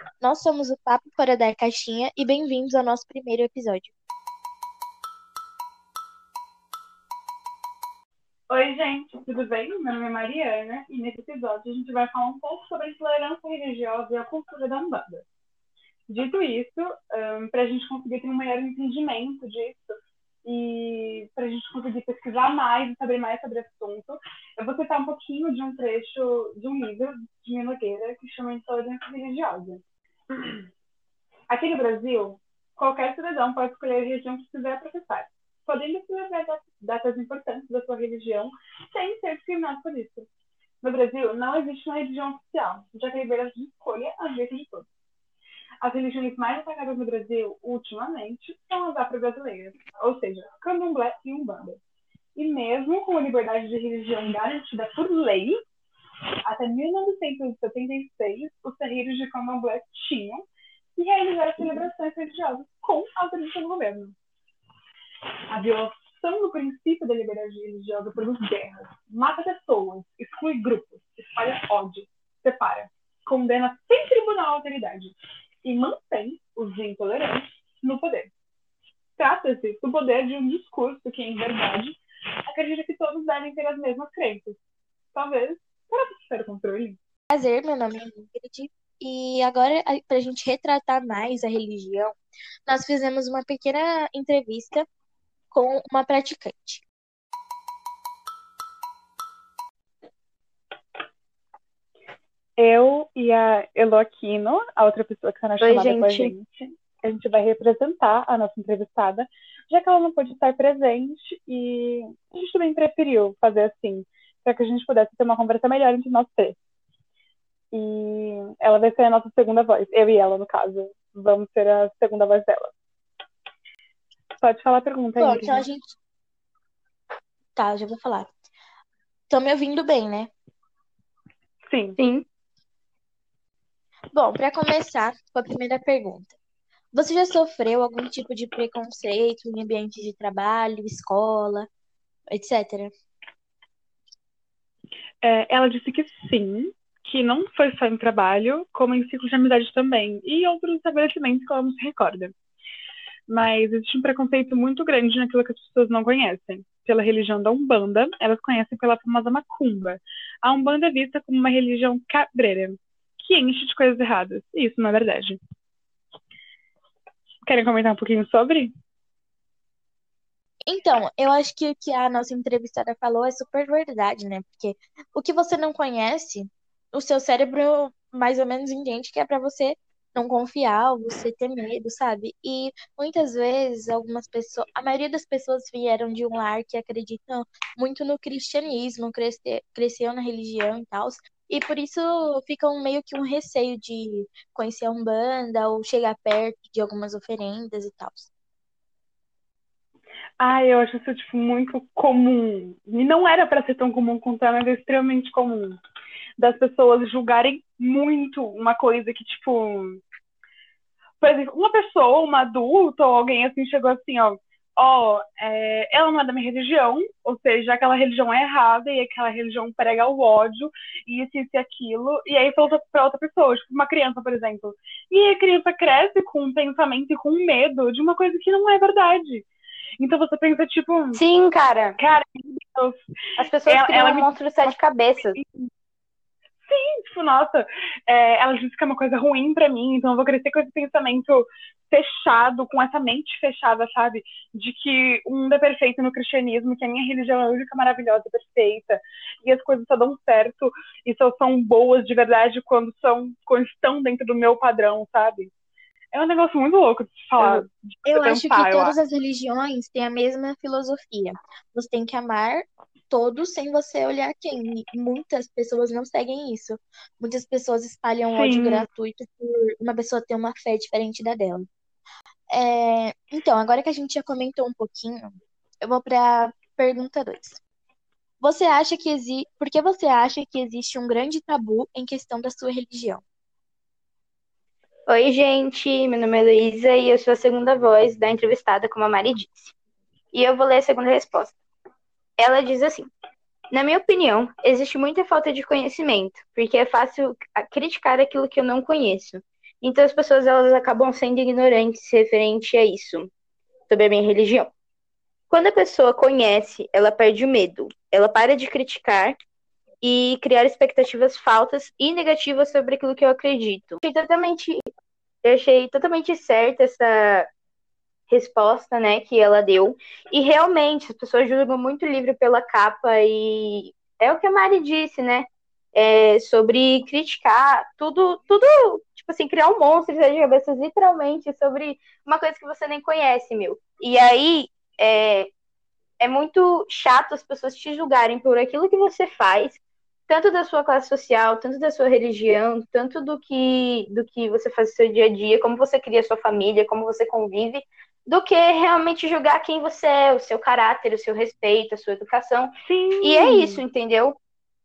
Nós somos o Papo Fora da Caixinha e bem-vindos ao nosso primeiro episódio. Oi, gente, tudo bem? Meu nome é Mariana e nesse episódio a gente vai falar um pouco sobre a intolerância religiosa e a cultura da Umbanda. Dito isso, para a gente conseguir ter um maior entendimento disso e para a gente conseguir pesquisar mais e saber mais sobre o assunto, eu vou citar um pouquinho de um trecho de um livro de Minha Nogueira que chama Intolerância Religiosa. Aqui no Brasil, qualquer cidadão pode escolher a religião que quiser professar, podendo celebrar datas importantes da sua religião sem ser discriminado por isso. No Brasil, não existe uma religião oficial, já que a liberdade de escolha é a direito de todos. As religiões mais atacadas no Brasil, ultimamente, são as afro-brasileiras, ou seja, candomblé e umbanda. E mesmo com a liberdade de religião garantida por lei, até 1976, os terreiros de candomblé tinham e realizar celebrações religiosas com autorização do governo. A violação do princípio da liberdade religiosa produz guerras, mata pessoas, exclui grupos, espalha ódio, separa, condena sem tribunal a autoridade e mantém os intolerantes no poder. Trata-se do poder de um discurso que, em verdade, acredita que todos devem ter as mesmas crenças. Talvez para buscar o controle. Prazer, meu nome é Ingrid e agora, para a gente retratar mais a religião, nós fizemos uma pequena entrevista com uma praticante. Eu e a Eloquino, a outra pessoa que está na chamada Oi, com a gente. gente, a gente vai representar a nossa entrevistada, já que ela não pôde estar presente e a gente também preferiu fazer assim, para que a gente pudesse ter uma conversa melhor entre nós três. E ela vai ser a nossa segunda voz, eu e ela, no caso. Vamos ser a segunda voz dela. Pode falar a pergunta, Bom, Ingrid. então a gente... Tá, já vou falar. Estão me ouvindo bem, né? Sim. Sim. Bom, para começar com a primeira pergunta. Você já sofreu algum tipo de preconceito em ambiente de trabalho, escola, etc? Ela disse que sim, que não foi só em trabalho, como em ciclos de amizade também, e outros estabelecimentos que ela não se recorda. Mas existe um preconceito muito grande naquilo que as pessoas não conhecem. Pela religião da Umbanda, elas conhecem pela famosa Macumba. A Umbanda é vista como uma religião cabreira, que enche de coisas erradas. E isso não é verdade. Querem comentar um pouquinho sobre? Então, eu acho que o que a nossa entrevistada falou é super verdade, né? Porque o que você não conhece, o seu cérebro mais ou menos entende que é pra você não confiar, ou você ter medo, sabe? E muitas vezes algumas pessoas, a maioria das pessoas vieram de um lar que acreditam muito no cristianismo, cresceu na religião e tal, e por isso ficam meio que um receio de conhecer a Umbanda ou chegar perto de algumas oferendas e tal. Eu acho isso, tipo, muito comum. E não era para ser tão comum quanto é, mas é extremamente comum. Das pessoas julgarem muito uma coisa que, tipo... Por exemplo, uma pessoa, uma adulta ou alguém assim chegou assim, ela não é da minha religião, ou seja, aquela religião é errada e aquela religião prega o ódio e isso e aquilo, e aí falou pra outra pessoa, tipo uma criança, por exemplo. E a criança cresce com um pensamento e com um medo de uma coisa que não é verdade. Então você pensa, tipo, Sim, cara. cara, meu Deus, As pessoas criam ela um me monstro de sete cabeças. tipo, nossa, ela disse que é uma coisa ruim pra mim, então eu vou crescer com esse pensamento fechado, com essa mente fechada, sabe? De que o mundo é perfeito no cristianismo, que a minha religião é a única maravilhosa, perfeita, e as coisas só dão certo e só são boas de verdade quando estão dentro do meu padrão, sabe? É um negócio muito louco de se falar, Uhum. de Eu você acho que pensar, eu todas acho. as religiões têm a mesma filosofia. Você tem que amar todos sem você olhar quem. E muitas pessoas não seguem isso. Muitas pessoas espalham ódio Sim. gratuito por uma pessoa ter uma fé diferente da dela. Então, agora que a gente já comentou um pouquinho, eu vou para pergunta 2. Por que você acha que existe um grande tabu em questão da sua religião? Oi, gente. Meu nome é Luísa e eu sou a segunda voz da entrevistada, como a Mari disse. E eu vou ler a segunda resposta. Ela diz assim: na minha opinião, existe muita falta de conhecimento, porque é fácil criticar aquilo que eu não conheço. Então as pessoas elas acabam sendo ignorantes referente a isso, sobre a minha religião. Quando a pessoa conhece, ela perde o medo. Ela para de criticar e criar expectativas falsas e negativas sobre aquilo que eu acredito. Eu achei totalmente certa essa resposta, né, que ela deu. E realmente, as pessoas julgam muito o livro pela capa e é o que a Mari disse, né? Sobre criticar tudo, tipo assim, criar um monstro de cabeças, literalmente, sobre uma coisa que você nem conhece, meu. E aí, é muito chato as pessoas te julgarem por aquilo que você faz, tanto da sua classe social, tanto da sua religião, tanto do que você faz no seu dia a dia, como você cria a sua família, como você convive, do que realmente julgar quem você é, o seu caráter, o seu respeito, a sua educação. E é isso, Sim, entendeu?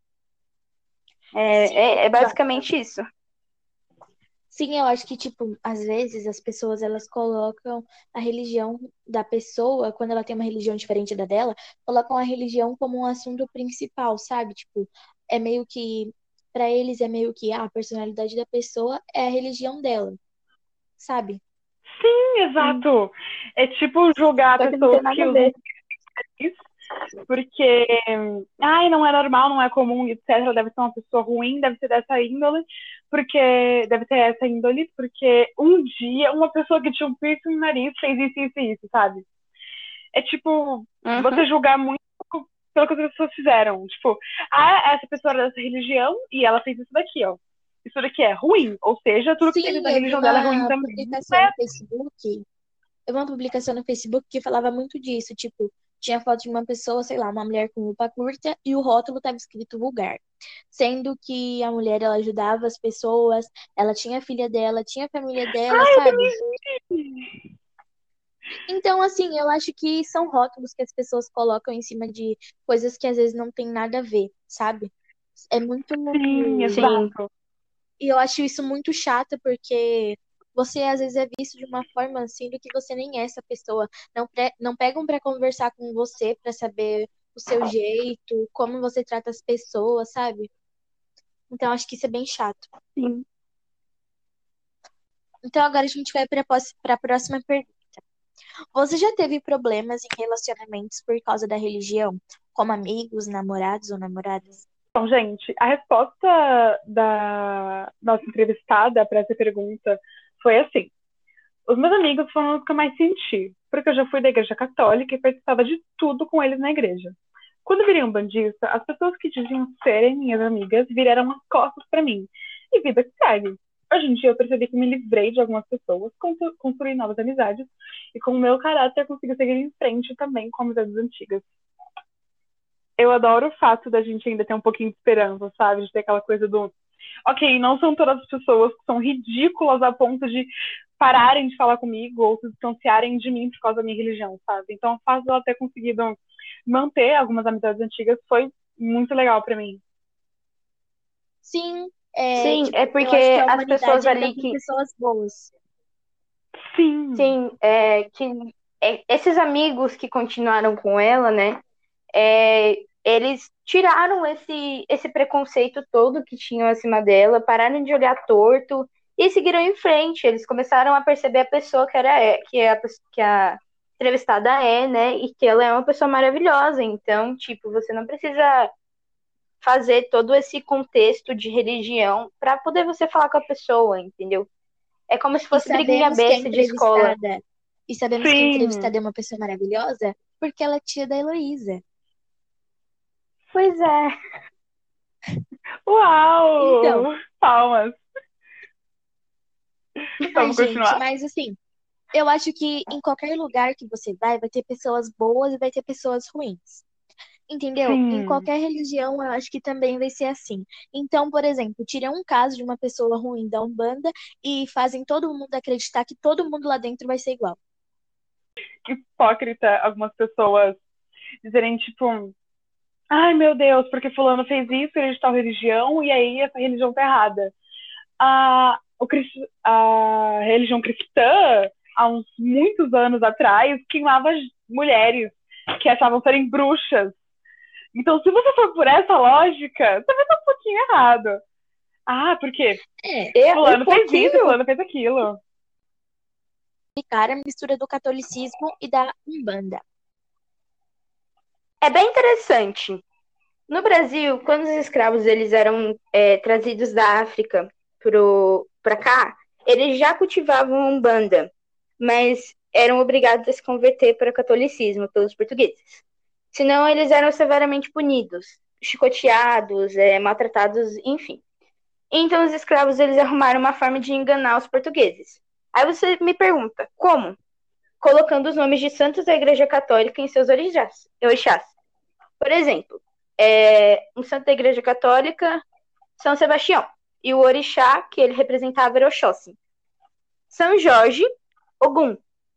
Sim, É basicamente isso. sim, eu acho que, tipo, às vezes as pessoas elas colocam a religião da pessoa, quando ela tem uma religião diferente da dela, colocam a religião como um assunto principal, sabe? Tipo, é meio que, pra eles é meio que a personalidade da pessoa é a religião dela, sabe? sim, exato. É tipo julgar Só que não tem pessoas nada que a usam ver. isso porque, ai, não é normal, não é comum, etc. Deve ser uma pessoa ruim, deve ser dessa índole, porque deve ter essa índole, porque um dia uma pessoa que tinha um piercing no nariz fez isso, isso, sabe? É tipo, Uhum. você julgar muito pelo que as pessoas fizeram. Tipo, essa pessoa era dessa religião e ela fez isso daqui, ó. Isso daqui é ruim, ou seja, tudo que tem Sim, da religião dela é ruim também. eu vi uma publicação no Facebook que falava muito disso, tipo, tinha foto de uma pessoa, sei lá, uma mulher com roupa curta e o rótulo estava escrito vulgar. Sendo que a mulher, ela ajudava as pessoas, ela tinha a filha dela, tinha a família dela, Ai, eu sabe? também. Então, assim, eu acho que são rótulos que as pessoas colocam em cima de coisas que às vezes não tem nada a ver, sabe? É muito. Sim, Sim, exato. E eu acho isso muito chato, porque você às vezes é visto de uma forma assim do que você nem é essa pessoa. Não pegam pra conversar com você pra saber o seu jeito, como você trata as pessoas, sabe? Então acho que isso é bem chato. sim. Então agora a gente vai pra próxima pergunta. Você já teve problemas em relacionamentos por causa da religião? Como amigos, namorados ou namoradas? Então, gente, a resposta da nossa entrevistada para essa pergunta foi assim: os meus amigos foram os que eu mais senti, porque eu já fui da igreja católica e participava de tudo com eles na igreja. Quando eu virei um bandista, as pessoas que diziam serem minhas amigas viraram as costas para mim. E vida que segue. Hoje em dia eu percebi que me livrei de algumas pessoas, construí novas amizades e com o meu caráter consigo seguir em frente também com amizades antigas. Eu adoro o fato da gente ainda ter um pouquinho de esperança, sabe? De ter aquela coisa do ok, não são todas as pessoas que são ridículas a ponto de pararem de falar comigo ou se distanciarem de mim por causa da minha religião, sabe? Então, o fato de ela ter conseguido manter algumas amizades antigas foi muito legal para mim. Sim, Sim, é tipo, eu porque acho que a as pessoas humanidade ainda ali tem que, pessoas boas. Sim, sim, esses amigos que continuaram com ela, né? Eles tiraram esse preconceito todo que tinham acima dela, pararam de olhar torto e seguiram em frente. Eles começaram a perceber a pessoa que a entrevistada é, né? E que ela é uma pessoa maravilhosa. Então, tipo, você não precisa fazer todo esse contexto de religião para poder você falar com a pessoa, entendeu? É como se E fosse briguinha sabemos que a besta de escola. entrevistada, e sabemos que a sim. entrevistada é uma pessoa maravilhosa porque ela é tia da Heloísa. Pois é. Então, Uau! Palmas. ai, Vamos gente, continuar? mas assim, eu acho que em qualquer lugar que você vai ter pessoas boas e vai ter pessoas ruins. Entendeu? Em Sim. qualquer religião, eu acho que também vai ser assim. Então, por exemplo, tiram um caso de uma pessoa ruim da Umbanda e fazem todo mundo acreditar que todo mundo lá dentro vai ser igual. Hipócrita algumas pessoas dizerem, tipo, ai meu Deus, porque fulano fez isso, ele é de tal religião, e aí essa religião tá errada. A religião cristã, há uns muitos anos atrás, queimava mulheres que achavam serem bruxas. Então, se você for por essa lógica, você vai estar um pouquinho errado. Ah, por quê? É, Fulano fez isso, pouquinho. fulano fez aquilo. explicar a mistura do catolicismo e da Umbanda. É bem interessante. No Brasil, quando os escravos eles eram trazidos da África para cá, eles já cultivavam a Umbanda, mas eram obrigados a se converter para o catolicismo pelos portugueses. Senão, eles eram severamente punidos, chicoteados, maltratados, enfim. Então, os escravos eles arrumaram uma forma de enganar os portugueses. Aí você me pergunta, como? Colocando os nomes de santos da Igreja Católica em seus orixás. Por exemplo, um santo da Igreja Católica, São Sebastião. E o orixá que ele representava era Oxóssi. São Jorge, Ogum.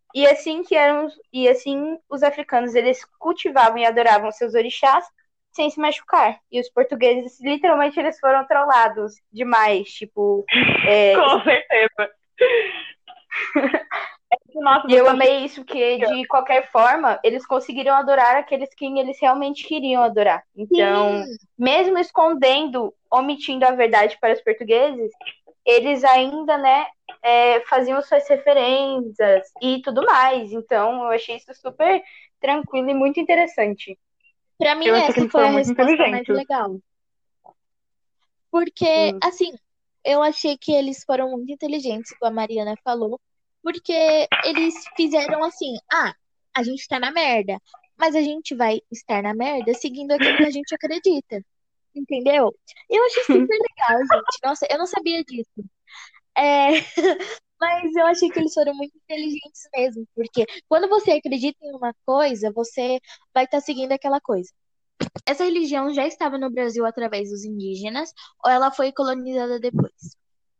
E assim os africanos eles cultivavam e adoravam seus orixás sem se machucar. E os portugueses, literalmente, eles foram trollados demais. Tipo, Com certeza. Nossa, e eu amei isso, que de qualquer forma, eles conseguiram adorar aqueles que eles realmente queriam adorar. Então, Sim. mesmo escondendo, omitindo a verdade para os portugueses, eles ainda, né, faziam suas referências e tudo mais. Então, eu achei isso super tranquilo e muito interessante. Pra mim, Eu achei que essa eles foi a foram muito resposta mais inteligentes. legal. Porque, Sim. assim, eu achei que eles foram muito inteligentes, como a Mariana falou, porque eles fizeram assim: ah, a gente tá na merda, mas a gente vai estar na merda seguindo aquilo que a gente acredita. Entendeu? Eu achei super legal, gente. Nossa, eu não sabia disso. É, mas eu achei que eles foram muito inteligentes mesmo, porque quando você acredita em uma coisa, você vai estar seguindo aquela coisa. Essa religião já estava no Brasil através dos indígenas ou ela foi colonizada depois?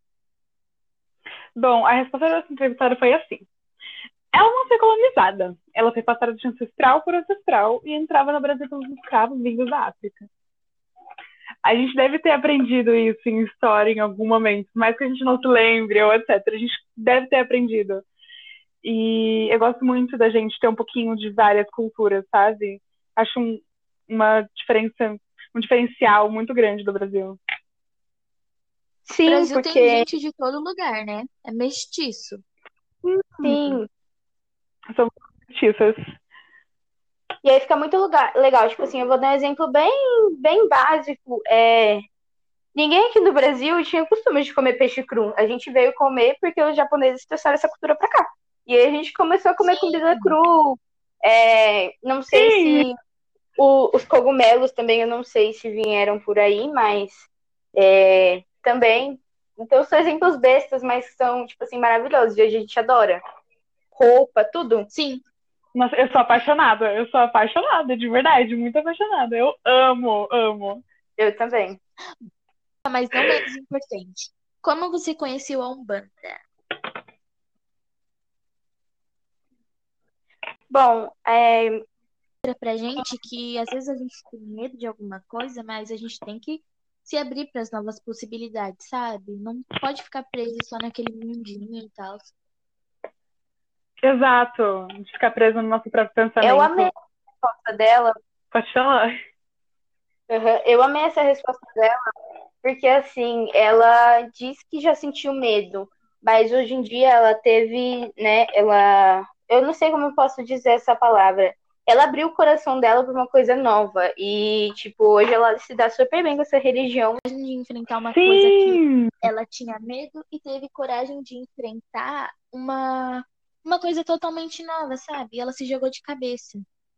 Bom, a resposta dessa entrevistada foi assim. Ela não foi colonizada. Ela foi passada de ancestral por ancestral e entrava no Brasil pelos escravos vindos da África. A gente deve ter aprendido isso em história em algum momento, mais que a gente não se lembre ou etc. A gente deve ter aprendido. E eu gosto muito da gente ter um pouquinho de várias culturas, sabe? Acho uma diferença, um diferencial muito grande do Brasil. O Sim, Brasil tem porque gente de todo lugar, né? É mestiço. sim. Somos mestiças. E aí fica muito legal. Tipo assim, eu vou dar um exemplo bem básico. Ninguém aqui no Brasil tinha o costume de comer peixe cru. A gente veio comer porque os japoneses trouxeram essa cultura pra cá. E aí a gente começou a comer comida Sim, cru. Não sei Sim, se os cogumelos também, eu não sei se vieram por aí, mas também. Então são exemplos bestas, mas são, tipo assim, maravilhosos. E hoje a gente adora. Roupa, tudo. sim. nossa, eu sou apaixonada, de verdade, muito apaixonada. Eu amo, amo. Eu também. Mas não menos importante. Como você conheceu a Umbanda? Bom, Mostra pra gente que às vezes a gente tem medo de alguma coisa, mas a gente tem que se abrir para as novas possibilidades, sabe? Não pode ficar preso só naquele mundinho e tal. Exato, de ficar preso no nosso próprio eu amei pensamento. a resposta dela. Pode falar. Uhum. Eu amei essa resposta dela, porque assim, ela disse que já sentiu medo, mas hoje em dia ela teve, né, eu não sei como eu posso dizer essa palavra. Ela abriu o coração dela para uma coisa nova e, tipo, hoje ela se dá super bem com essa religião. De enfrentar uma coisa que Sim, ela tinha medo e teve coragem de enfrentar uma coisa totalmente nova, sabe? E ela se jogou de cabeça.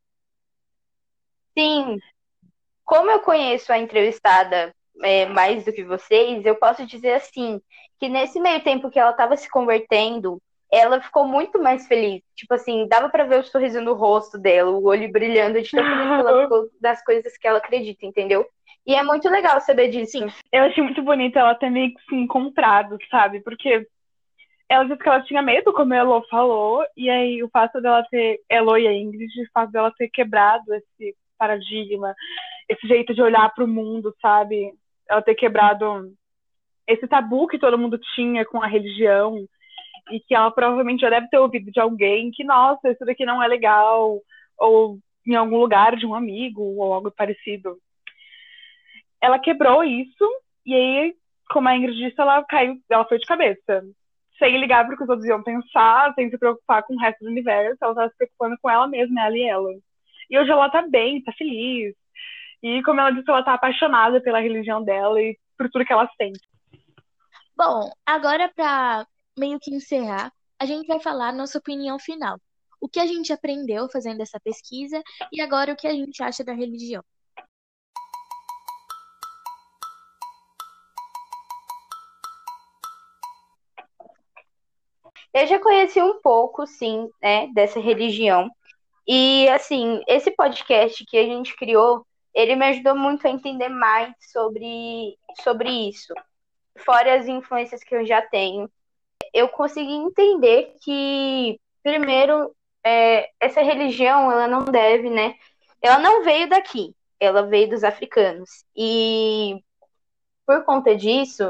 Sim, como eu conheço a entrevistada mais do que vocês, eu posso dizer assim, que nesse meio tempo que ela estava se convertendo, ela ficou muito mais feliz. Tipo assim, dava para ver o sorriso no rosto dela, o olho brilhando de tão feliz que ela ficou das coisas que ela acredita, entendeu? E é muito legal saber disso. Sim, eu achei muito bonito ela ter meio que se encontrado, sabe? Porque ela disse que ela tinha medo, como a Elo falou, e aí o fato dela ter, Elo e a Ingrid, o fato dela ter quebrado esse paradigma, esse jeito de olhar para o mundo, sabe? Ela ter quebrado esse tabu que todo mundo tinha com a religião, e que ela provavelmente já deve ter ouvido de alguém que, nossa, isso daqui não é legal, ou em algum lugar de um amigo, ou algo parecido. Ela quebrou isso, e aí como a Ingrid disse, ela foi de cabeça. Sem ligar para o que os outros iam pensar, sem se preocupar com o resto do universo, ela estava se preocupando com ela mesma, ela e ela. E hoje ela tá bem, tá feliz. E como ela disse, ela tá apaixonada pela religião dela e por tudo que ela sente. Bom, agora para meio que encerrar, a gente vai falar a nossa opinião final. O que a gente aprendeu fazendo essa pesquisa e agora o que a gente acha da religião. Eu já conheci um pouco, sim, né, dessa religião. E, assim, esse podcast que a gente criou, ele me ajudou muito a entender mais sobre isso. Fora as influências que eu já tenho, eu consegui entender que, primeiro, essa religião, ela não deve, né? Ela não veio daqui, ela veio dos africanos. E, por conta disso,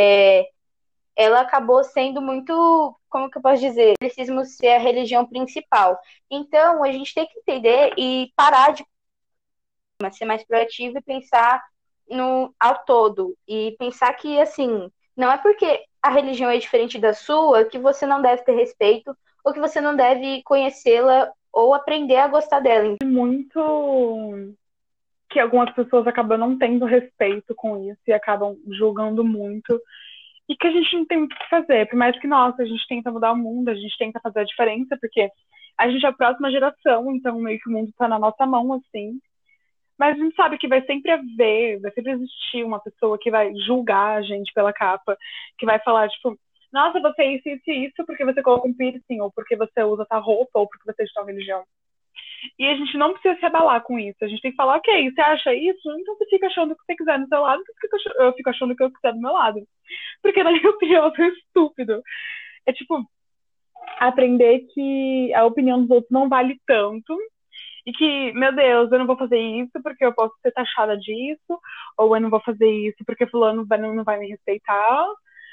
ela acabou sendo muito, como que eu posso dizer, preciso ser a religião principal. Então, a gente tem que entender e parar de ser mais proativo e pensar no ao todo. E pensar que, assim, não é porque a religião é diferente da sua que você não deve ter respeito ou que você não deve conhecê-la ou aprender a gostar dela. Muito que algumas pessoas acabam não tendo respeito com isso e acabam julgando muito. E que a gente não tem muito o que fazer. Por mais que, nossa, a gente tenta mudar o mundo, a gente tenta fazer a diferença, porque a gente é a próxima geração, então meio que o mundo tá na nossa mão, assim. Mas a gente sabe que vai sempre existir uma pessoa que vai julgar a gente pela capa, que vai falar, tipo, nossa, você é isso, isso, porque você coloca um piercing, ou porque você usa tal roupa, ou porque você é de tal religião. E a gente não precisa se abalar com isso. A gente tem que falar, ok, você acha isso? Então você fica achando o que você quiser do seu lado, eu fico achando o que eu quiser do meu lado. Porque, na minha opinião, eu sou estúpido. É tipo, aprender que a opinião dos outros não vale tanto. E que, meu Deus, eu não vou fazer isso porque eu posso ser taxada disso. Ou eu não vou fazer isso porque fulano não vai me respeitar.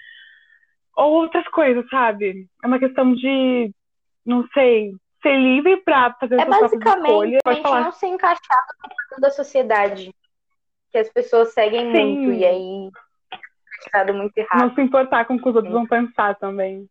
Ou outras coisas, sabe? É uma questão de, não sei, ser livre pra fazer suas próprias escolhas. Basicamente a gente não ser encaixado no padrão da sociedade, que as pessoas seguem muito, e aí é muito errado. Não se importar com o que os outros vão pensar também.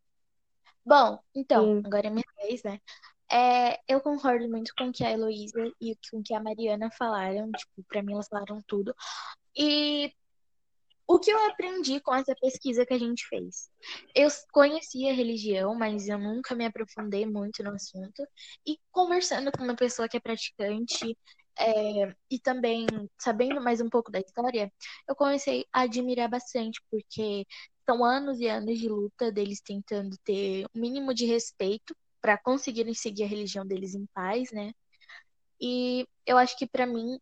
Bom, então, agora é minha vez, né? Eu concordo muito com o que a Heloísa e com o que a Mariana falaram. Tipo, pra mim elas falaram tudo. E o que eu aprendi com essa pesquisa que a gente fez? Eu conhecia a religião, mas eu nunca me aprofundei muito no assunto. E conversando com uma pessoa que é praticante, e também sabendo mais um pouco da história, eu comecei a admirar bastante, porque são anos e anos de luta deles tentando ter o mínimo de respeito para conseguirem seguir a religião deles em paz, né? E eu acho que para mim,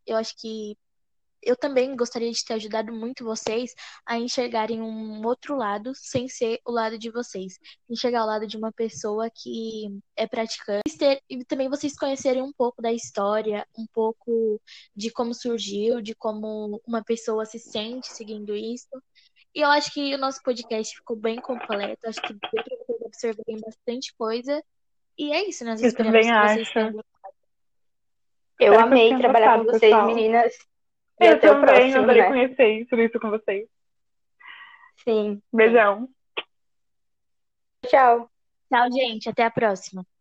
eu também gostaria de ter ajudado muito vocês a enxergarem um outro lado sem ser o lado de vocês. Enxergar o lado de uma pessoa que é praticante. E também vocês conhecerem um pouco da história, um pouco de como surgiu, de como uma pessoa se sente seguindo isso. E eu acho que o nosso podcast ficou bem completo. Acho que deu para vocês absorverem bastante coisa. E é isso, nós esperamos que vocês tenham gostado. Eu amei trabalhar com vocês, pessoal. Meninas. E eu até também, o próximo, adorei né? conhecer tudo isso com vocês. Sim. Beijão. Tchau. Tchau, gente. Até a próxima.